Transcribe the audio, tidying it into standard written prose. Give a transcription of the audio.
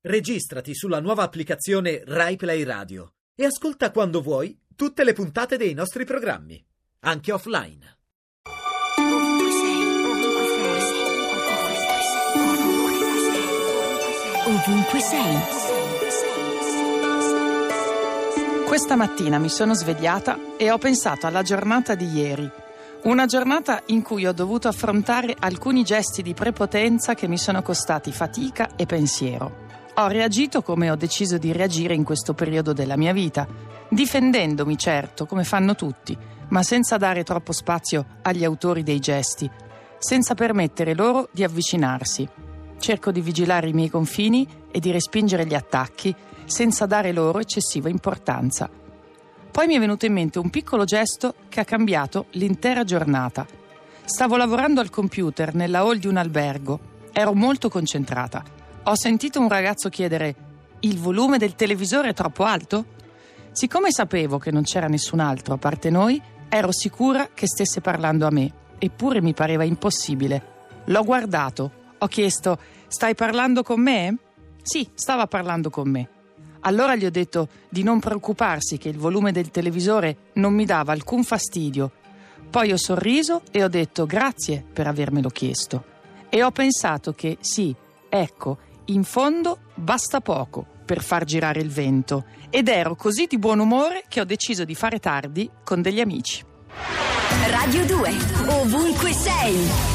Registrati sulla nuova applicazione Rai Play Radio e ascolta quando vuoi tutte le puntate dei nostri programmi, anche offline. Ovunque sei. Questa mattina mi sono svegliata e ho pensato alla giornata di ieri. Una giornata in cui ho dovuto affrontare alcuni gesti di prepotenza che mi sono costati fatica e pensiero. Ho reagito come ho deciso di reagire in questo periodo della mia vita, difendendomi certo, come fanno tutti, ma senza dare troppo spazio agli autori dei gesti, senza permettere loro di avvicinarsi. Cerco di vigilare i miei confini e di respingere gli attacchi, senza dare loro eccessiva importanza. Poi mi è venuto in mente un piccolo gesto che ha cambiato l'intera giornata. Stavo lavorando al computer nella hall di un albergo. Ero molto concentrata. Ho sentito un ragazzo chiedere: «Il volume del televisore è troppo alto?» Siccome sapevo che non c'era nessun altro a parte noi, ero sicura che stesse parlando a me, eppure mi pareva impossibile. L'ho guardato, ho chiesto: «Stai parlando con me?» Sì, stava parlando con me. Allora gli ho detto di non preoccuparsi, che il volume del televisore non mi dava alcun fastidio. Poi ho sorriso e ho detto grazie per avermelo chiesto. E ho pensato che sì, ecco, in fondo basta poco per far girare il vento. Ed ero così di buon umore che ho deciso di fare tardi con degli amici. Radio 2, ovunque sei.